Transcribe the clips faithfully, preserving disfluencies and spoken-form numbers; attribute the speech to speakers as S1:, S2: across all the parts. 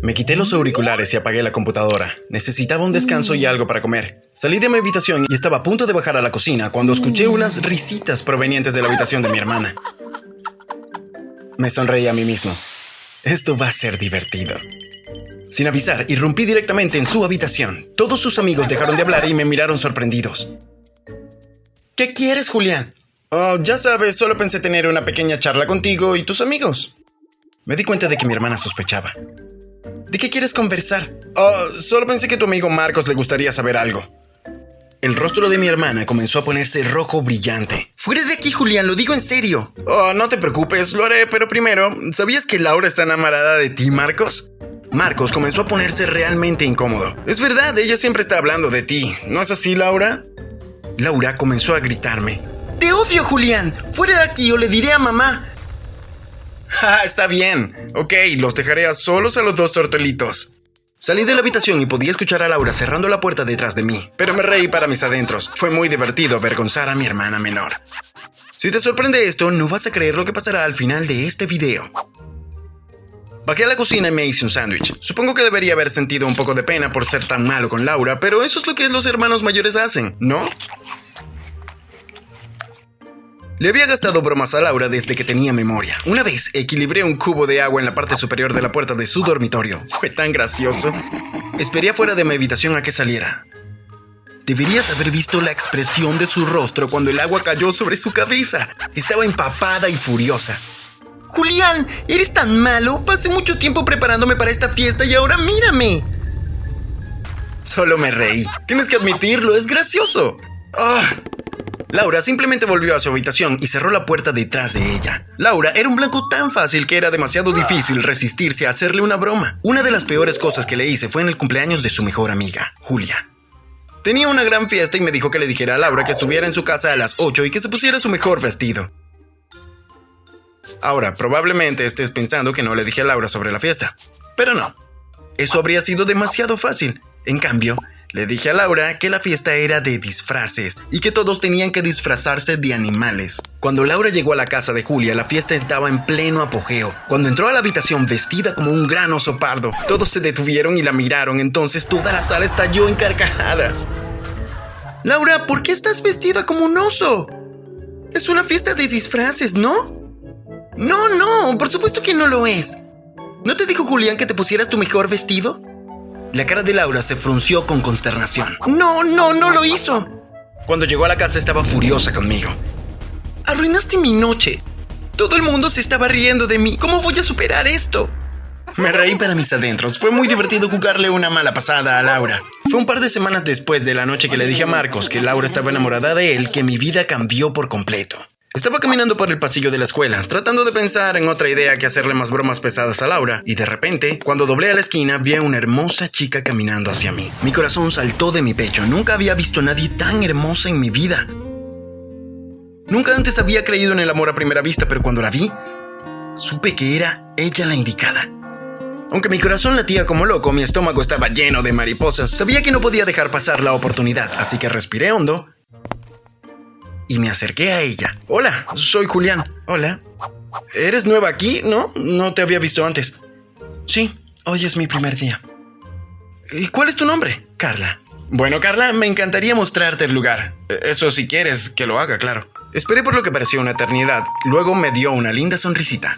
S1: Me quité los auriculares y apagué la computadora. Necesitaba un descanso y algo para comer. Salí de mi habitación y estaba a punto de bajar a la cocina cuando escuché unas risitas provenientes de la habitación de mi hermana. Me sonreí a mí mismo. Esto va a ser divertido. Sin avisar, irrumpí directamente en su habitación. Todos sus amigos dejaron de hablar y me miraron sorprendidos. ¿Qué quieres, Julián? Oh, ya sabes, solo pensé tener una pequeña charla contigo y tus amigos. Me di cuenta de que mi hermana sospechaba. ¿De qué quieres conversar? Oh, solo pensé que a tu amigo Marcos le gustaría saber algo. El rostro de mi hermana comenzó a ponerse rojo brillante. ¡Fuera de aquí, Julián! ¡Lo digo en serio! Oh, no te preocupes, lo haré, pero primero, ¿sabías que Laura está enamorada de ti, Marcos? Marcos comenzó a ponerse realmente incómodo. Es verdad, ella siempre está hablando de ti. ¿No es así, Laura? Laura comenzó a gritarme. ¡Te odio, Julián! ¡Fuera de aquí o le diré a mamá! ¡Ja! Está bien. Ok, los dejaré a solos a los dos tortolitos. Salí de la habitación y podía escuchar a Laura cerrando la puerta detrás de mí, pero me reí para mis adentros. Fue muy divertido avergonzar a mi hermana menor. Si te sorprende esto, no vas a creer lo que pasará al final de este video. Bajé a la cocina y me hice un sándwich. Supongo que debería haber sentido un poco de pena por ser tan malo con Laura, pero eso es lo que los hermanos mayores hacen, ¿no? Le había gastado bromas a Laura desde que tenía memoria. Una vez equilibré un cubo de agua en la parte superior de la puerta de su dormitorio. Fue tan gracioso. Esperé afuera de mi habitación a que saliera. Deberías haber visto la expresión de su rostro cuando el agua cayó sobre su cabeza. Estaba empapada y furiosa. Julián, ¿eres tan malo? Pasé mucho tiempo preparándome para esta fiesta y ahora mírame. Solo me reí. Tienes que admitirlo, es gracioso. ¡Ah! Laura simplemente volvió a su habitación y cerró la puerta detrás de ella. Laura era un blanco tan fácil que era demasiado difícil resistirse a hacerle una broma. Una de las peores cosas que le hice fue en el cumpleaños de su mejor amiga, Julia. Tenía una gran fiesta y me dijo que le dijera a Laura que estuviera en su casa a las ocho y que se pusiera su mejor vestido. Ahora, probablemente estés pensando que no le dije a Laura sobre la fiesta. Pero no. Eso habría sido demasiado fácil. En cambio, le dije a Laura que la fiesta era de disfraces y que todos tenían que disfrazarse de animales. Cuando Laura llegó a la casa de Julia, la fiesta estaba en pleno apogeo. Cuando entró a la habitación vestida como un gran oso pardo, todos se detuvieron y la miraron, entonces toda la sala estalló en carcajadas. Laura, ¿por qué estás vestida como un oso? Es una fiesta de disfraces, ¿no? No, no, por supuesto que no lo es. ¿No te dijo Julián que te pusieras tu mejor vestido? La cara de Laura se frunció con consternación. No, no, no lo hizo. Cuando llegó a la casa estaba furiosa conmigo. Arruinaste mi noche. Todo el mundo se estaba riendo de mí. ¿Cómo voy a superar esto? Me reí para mis adentros. Fue muy divertido jugarle una mala pasada a Laura. Fue un par de semanas después de la noche que le dije a Marcos que Laura estaba enamorada de él que mi vida cambió por completo. Estaba caminando por el pasillo de la escuela, tratando de pensar en otra idea que hacerle más bromas pesadas a Laura, y de repente, cuando doblé a la esquina, vi a una hermosa chica caminando hacia mí. Mi corazón saltó de mi pecho. Nunca había visto a nadie tan hermosa en mi vida. Nunca antes había creído en el amor a primera vista, pero cuando la vi, supe que era ella la indicada. Aunque mi corazón latía como loco, mi estómago estaba lleno de mariposas. Sabía que no podía dejar pasar la oportunidad, así que respiré hondo y me acerqué a ella. Hola, soy Julián. Hola. ¿Eres nueva aquí, no? No te había visto antes. Sí, hoy es mi primer día. ¿Y cuál es tu nombre? Carla. Bueno, Carla, me encantaría mostrarte el lugar. Eso si quieres que lo haga, claro. Esperé por lo que pareció una eternidad. Luego me dio una linda sonrisita.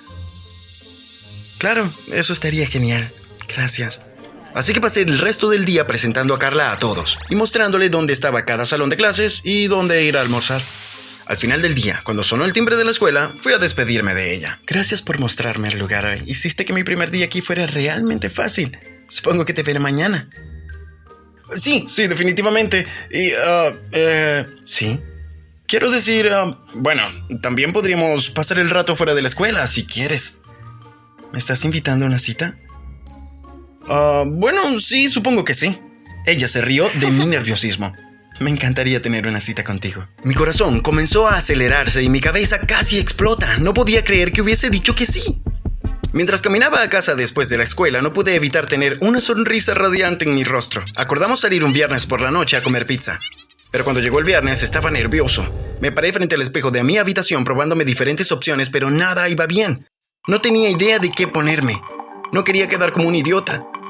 S1: Claro, eso estaría genial. Gracias. Así que pasé el resto del día presentando a Carla a todos y mostrándole dónde estaba cada salón de clases y dónde ir a almorzar. Al final del día, cuando sonó el timbre de la escuela, fui a despedirme de ella. Gracias por mostrarme el lugar. Hiciste que mi primer día aquí fuera realmente fácil. Supongo que te veré mañana. Sí, sí, definitivamente. Y, uh, eh, ¿sí? Quiero decir, uh, bueno, también podríamos pasar el rato fuera de la escuela, si quieres. ¿Me estás invitando a una cita? Uh, bueno, sí, supongo que sí. Ella se rió de mi nerviosismo. Me encantaría tener una cita contigo. Mi corazón comenzó a acelerarse y mi cabeza casi explota. No podía creer que hubiese dicho que sí. Mientras caminaba a casa después de la escuela, no pude evitar tener una sonrisa radiante en mi rostro. Acordamos salir un viernes por la noche a comer pizza. Pero cuando llegó el viernes estaba nervioso. Me paré frente al espejo de mi habitación probándome diferentes opciones, pero nada iba bien. No tenía idea de qué ponerme. No quería quedar como un idiota.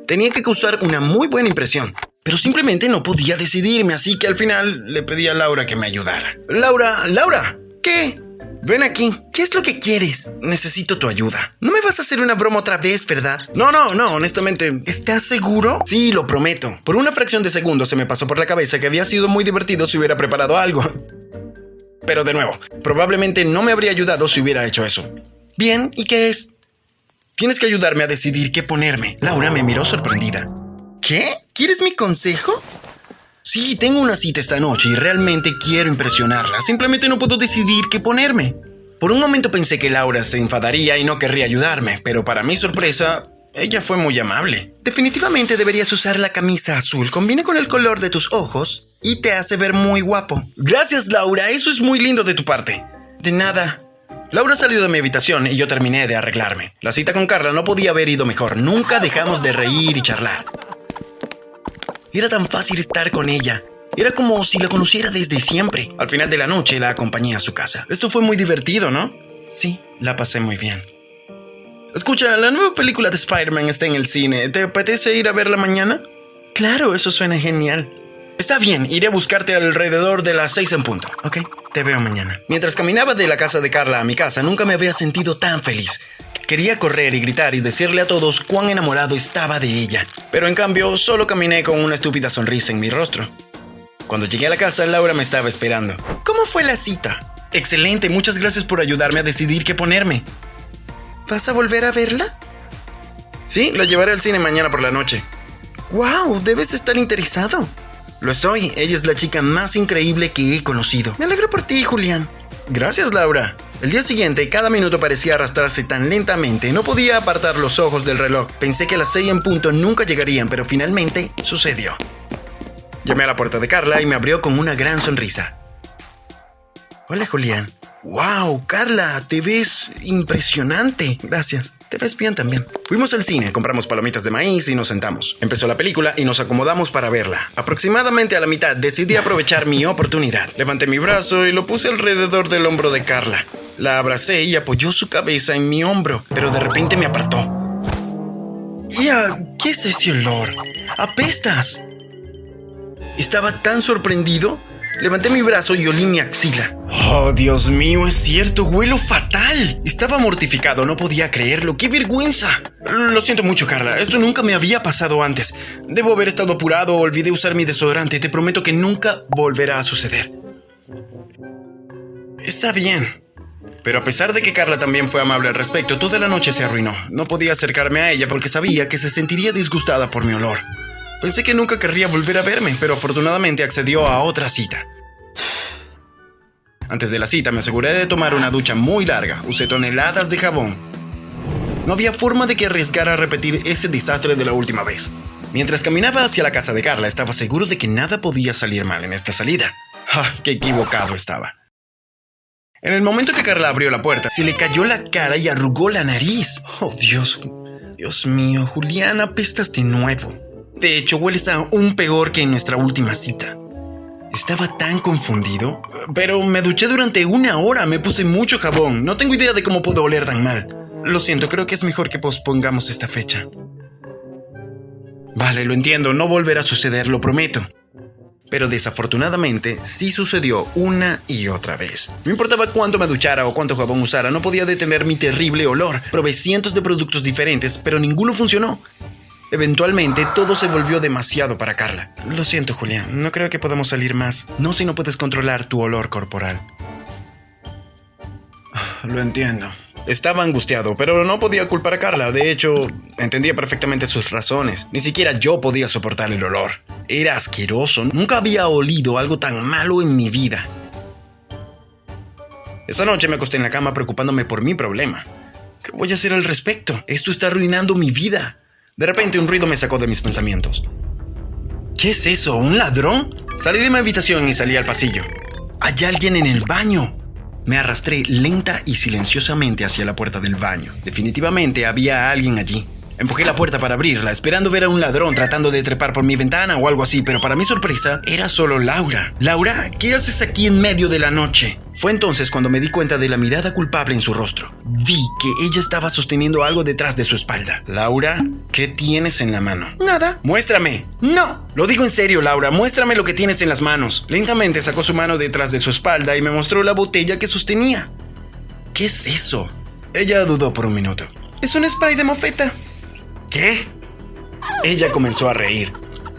S1: Tenía que causar una muy buena impresión, pero simplemente no podía decidirme, así que al final le pedí a Laura que me ayudara. Laura, Laura, ¿qué? Ven aquí. ¿Qué es lo que quieres? Necesito tu ayuda. No me vas a hacer una broma otra vez, ¿verdad? No, no, no, honestamente. ¿Estás seguro? Sí, lo prometo. Por una fracción de segundo se me pasó por la cabeza que había sido muy divertido si hubiera preparado algo. Pero de nuevo, probablemente no me habría ayudado si hubiera hecho eso. Bien, ¿y qué es? Tienes que ayudarme a decidir qué ponerme. Laura me miró sorprendida. ¿Qué? ¿Quieres mi consejo? Sí, tengo una cita esta noche y realmente quiero impresionarla. Simplemente no puedo decidir qué ponerme. Por un momento pensé que Laura se enfadaría y no querría ayudarme, pero para mi sorpresa, ella fue muy amable. Definitivamente deberías usar la camisa azul. Combina con el color de tus ojos y te hace ver muy guapo. Gracias, Laura. Eso es muy lindo de tu parte. De nada. Laura salió de mi habitación y yo terminé de arreglarme. La cita con Carla no podía haber ido mejor. Nunca dejamos de reír y charlar. Era tan fácil estar con ella. Era como si la conociera desde siempre. Al final de la noche la acompañé a su casa. Esto fue muy divertido, ¿no? Sí, la pasé muy bien. Escucha, la nueva película de Spider-Man está en el cine. ¿Te apetece ir a verla mañana? Claro, eso suena genial. Está bien, iré a buscarte alrededor de las seis en punto. Ok, te veo mañana. Mientras caminaba de la casa de Carla a mi casa, nunca me había sentido tan feliz. Quería correr y gritar y decirle a todos cuán enamorado estaba de ella. Pero en cambio, solo caminé con una estúpida sonrisa en mi rostro. Cuando llegué a la casa, Laura me estaba esperando. ¿Cómo fue la cita? Excelente, muchas gracias por ayudarme a decidir qué ponerme. ¿Vas a volver a verla? Sí, la llevaré al cine mañana por la noche. ¡Wow! Debes estar interesado. Lo soy, ella es la chica más increíble que he conocido. Me alegro por ti, Julián. Gracias, Laura. El día siguiente, cada minuto parecía arrastrarse tan lentamente, no podía apartar los ojos del reloj. Pensé que las seis en punto nunca llegarían, pero finalmente sucedió. Llamé a la puerta de Carla y me abrió con una gran sonrisa. Hola, Julián. ¡Wow, Carla! Te ves impresionante. Gracias. Te ves bien también. Fuimos al cine, compramos palomitas de maíz y nos sentamos. Empezó la película y nos acomodamos para verla. Aproximadamente a la mitad decidí aprovechar mi oportunidad. Levanté mi brazo y lo puse alrededor del hombro de Carla. La abracé y apoyó su cabeza en mi hombro, pero de repente me apartó. ¡Ya! ¿Qué es ese olor? ¡Apestas! Estaba tan sorprendido. Levanté mi brazo y olí mi axila. ¡Oh, Dios mío! Es cierto, huelo fatal. Estaba mortificado, no podía creerlo. ¡Qué vergüenza! Lo siento mucho, Carla. Esto nunca me había pasado antes. Debo haber estado apurado o olvidé usar mi desodorante. Te prometo que nunca volverá a suceder. Está bien. Pero a pesar de que Carla también fue amable al respecto, toda la noche se arruinó. No podía acercarme a ella porque sabía que se sentiría disgustada por mi olor. Pensé que nunca querría volver a verme, pero afortunadamente accedió a otra cita. Antes de la cita me aseguré de tomar una ducha muy larga. Usé toneladas de jabón. No había forma de que arriesgara a repetir ese desastre de la última vez. Mientras caminaba hacia la casa de Carla, estaba seguro de que nada podía salir mal en esta salida. ¡Ah, qué equivocado estaba! En el momento que Carla abrió la puerta, se le cayó la cara y arrugó la nariz. ¡Oh, Dios! Dios mío, Julián, apestas de nuevo. De hecho, hueles aún peor que en nuestra última cita. Estaba tan confundido. Pero me duché durante una hora, me puse mucho jabón. No tengo idea de cómo puedo oler tan mal. Lo siento, creo que es mejor que pospongamos esta fecha. Vale, lo entiendo, no volverá a suceder, lo prometo. Pero desafortunadamente sí sucedió una y otra vez. No importaba cuánto me duchara o cuánto jabón usara, no podía detener mi terrible olor. Probé cientos de productos diferentes, pero ninguno funcionó. Eventualmente, todo se volvió demasiado para Carla. Lo siento, Julián, no creo que podamos salir más. No si no puedes controlar tu olor corporal. Lo entiendo. Estaba angustiado, pero no podía culpar a Carla. De hecho, entendía perfectamente sus razones. Ni siquiera yo podía soportar el olor. Era asqueroso. Nunca había olido algo tan malo en mi vida. Esa noche me acosté en la cama preocupándome por mi problema. ¿Qué voy a hacer al respecto? Esto está arruinando mi vida. De repente un ruido me sacó de mis pensamientos. ¿Qué es eso? ¿Un ladrón? Salí de mi habitación y salí al pasillo. ¡Hay alguien en el baño! Me arrastré lenta y silenciosamente hacia la puerta del baño. Definitivamente había alguien allí. Empujé la puerta para abrirla, esperando ver a un ladrón tratando de trepar por mi ventana o algo así, pero para mi sorpresa, era solo Laura. Laura, ¿qué haces aquí en medio de la noche? Fue entonces cuando me di cuenta de la mirada culpable en su rostro. Vi que ella estaba sosteniendo algo detrás de su espalda. Laura, ¿qué tienes en la mano?
S2: Nada.
S1: Muéstrame.
S2: No.
S1: Lo digo en serio, Laura, muéstrame lo que tienes en las manos. Lentamente sacó su mano detrás de su espalda y me mostró la botella que sostenía. ¿Qué es eso? Ella dudó por un minuto.
S2: Es un spray de mofeta.
S1: ¿Qué? Ella comenzó a reír.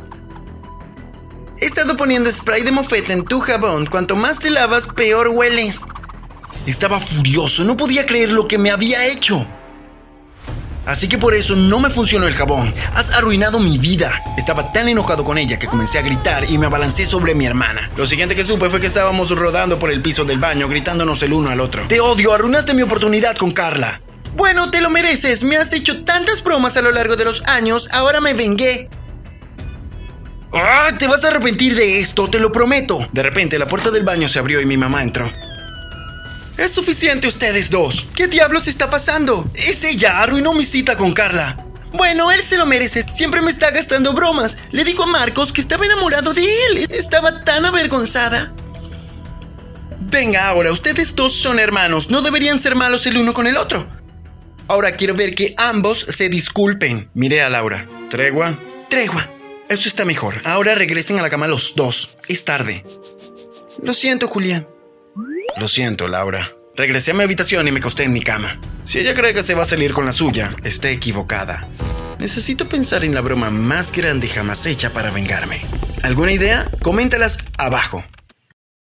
S2: He estado poniendo spray de mofeta en tu jabón. Cuanto más te lavas, peor hueles.
S1: Estaba furioso, no podía creer lo que me había hecho. Así que por eso no me funcionó el jabón. Has arruinado mi vida. Estaba tan enojado con ella que comencé a gritar y me abalancé sobre mi hermana. Lo siguiente que supe fue que estábamos rodando por el piso del baño, gritándonos el uno al otro. Te odio, arruinaste mi oportunidad con Carla.
S2: Bueno, te lo mereces. Me has hecho tantas bromas a lo largo de los años. Ahora me vengué.
S1: ¡Ah! Te vas a arrepentir de esto, te lo prometo. De repente la puerta del baño se abrió y mi mamá entró.
S2: Es suficiente ustedes dos. ¿Qué diablos está pasando?
S1: Es ella, arruinó mi cita con Carla.
S2: Bueno, él se lo merece. Siempre me está gastando bromas. Le dijo a Marcos que estaba enamorado de él. Estaba tan avergonzada.
S1: Venga ahora, ustedes dos son hermanos. No deberían ser malos el uno con el otro. Ahora quiero ver que ambos se disculpen. Miré a Laura. ¿Tregua?
S2: Tregua.
S1: Eso está mejor. Ahora regresen a la cama los dos. Es tarde.
S2: Lo siento, Julián.
S1: Lo siento, Laura. Regresé a mi habitación y me acosté en mi cama. Si ella cree que se va a salir con la suya, está equivocada. Necesito pensar en la broma más grande jamás hecha para vengarme. ¿Alguna idea? Coméntalas abajo.